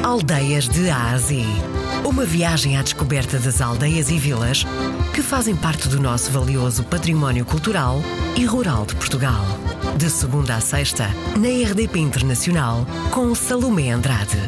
Aldeias de A a Z. Uma viagem à descoberta das aldeias e vilas que fazem parte do nosso valioso património cultural e rural de Portugal. De segunda a sexta, na RDP Internacional, com Salomé Andrade.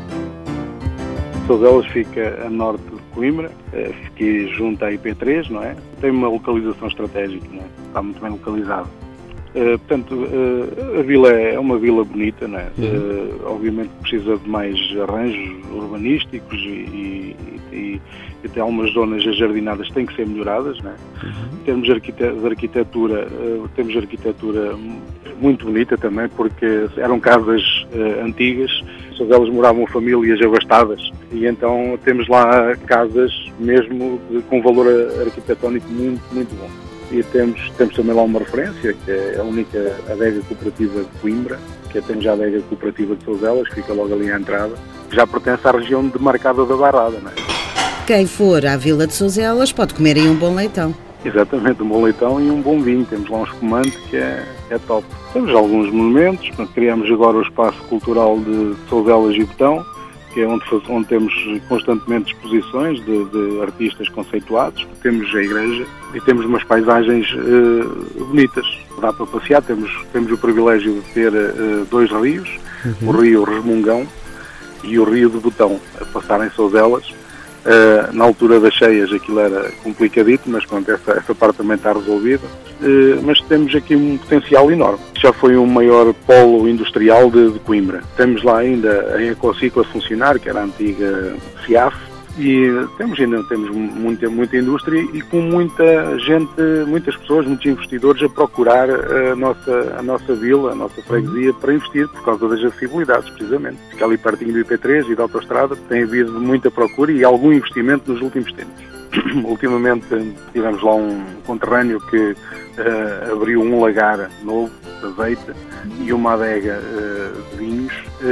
Sozelas fica a norte de Coimbra, fiquei junto à IP3, não é? Tem uma localização estratégica, não é? Está muito bem localizado. Portanto, a vila é uma vila bonita, não é? Obviamente precisa de mais arranjos urbanísticos e até algumas zonas ajardinadas têm que ser melhoradas, não é? Em termos de arquitetura, temos arquitetura muito bonita também, porque eram casas antigas, elas moravam famílias abastadas e então temos lá casas mesmo com valor arquitetónico muito, muito bom. E temos também lá uma referência, que é a única adega cooperativa de Coimbra, que temos a adega cooperativa de Sozelas, que fica logo ali à entrada, que já pertence à região demarcada da Barrada, não é? Quem for à Vila de Sozelas pode comer aí um bom leitão. Exatamente, um bom leitão e um bom vinho. Temos lá um espumante que é top. Temos alguns monumentos, criamos agora o Espaço Cultural de Sozelas e Botão, que é onde temos constantemente exposições de artistas conceituados. Temos a igreja e temos umas paisagens bonitas. Dá para passear, temos o privilégio de ter dois rios, o rio Resmungão e o rio de Botão, a passar em Sozelas. Na altura das cheias aquilo era complicadito, mas pronto, essa parte também está resolvida. Mas temos aqui um potencial enorme. Já foi o maior polo industrial de Coimbra. Temos lá ainda a Ecociclo a funcionar, que era a antiga FIAF, e ainda temos muita indústria e com muita gente, muitas pessoas, muitos investidores a procurar a nossa vila, a nossa freguesia para investir por causa das acessibilidades, precisamente. Fica ali pertinho do IP3 e da autoestrada, tem havido muita procura e algum investimento nos últimos tempos. Ultimamente tivemos lá um conterrâneo que abriu um lagar novo de azeite e uma adega de vinhos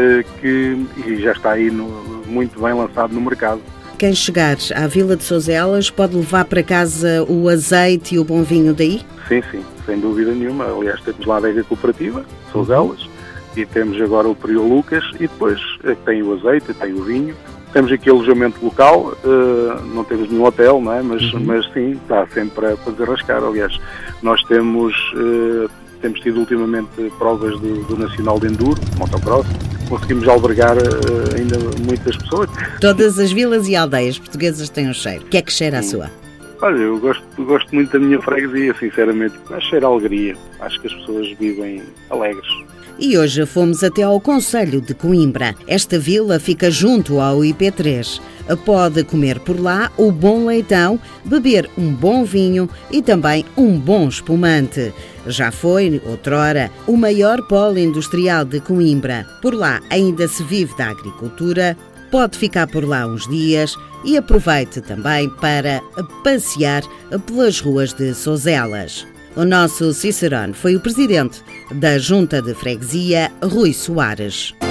e já está aí muito bem lançado no mercado. Quem chegar à Vila de Sozelas pode levar para casa o azeite e o bom vinho daí? Sim, sem dúvida nenhuma. Aliás, temos lá a adega cooperativa, Sozelas, e temos agora o Prior Lucas, e depois tem o azeite, tem o vinho. Temos aqui alojamento local, não temos nenhum hotel, não é? Mas sim, está sempre para desarrascar. Aliás, nós temos tido ultimamente provas do Nacional de Enduro, motocross. Conseguimos albergar ainda muitas pessoas. Todas as vilas e aldeias portuguesas têm um cheiro. O que é que cheira a sua? Olha, eu gosto muito da minha freguesia, sinceramente. Mas cheira a alegria. Acho que as pessoas vivem alegres. E hoje fomos até ao concelho de Coimbra. Esta vila fica junto ao IP3. Pode comer por lá o bom leitão, beber um bom vinho e também um bom espumante. Já foi, outrora, o maior polo industrial de Coimbra. Por lá ainda se vive da agricultura. Pode ficar por lá uns dias e aproveite também para passear pelas ruas de Sozelas. O nosso Cicerone foi o presidente da Junta de Freguesia, Rui Soares.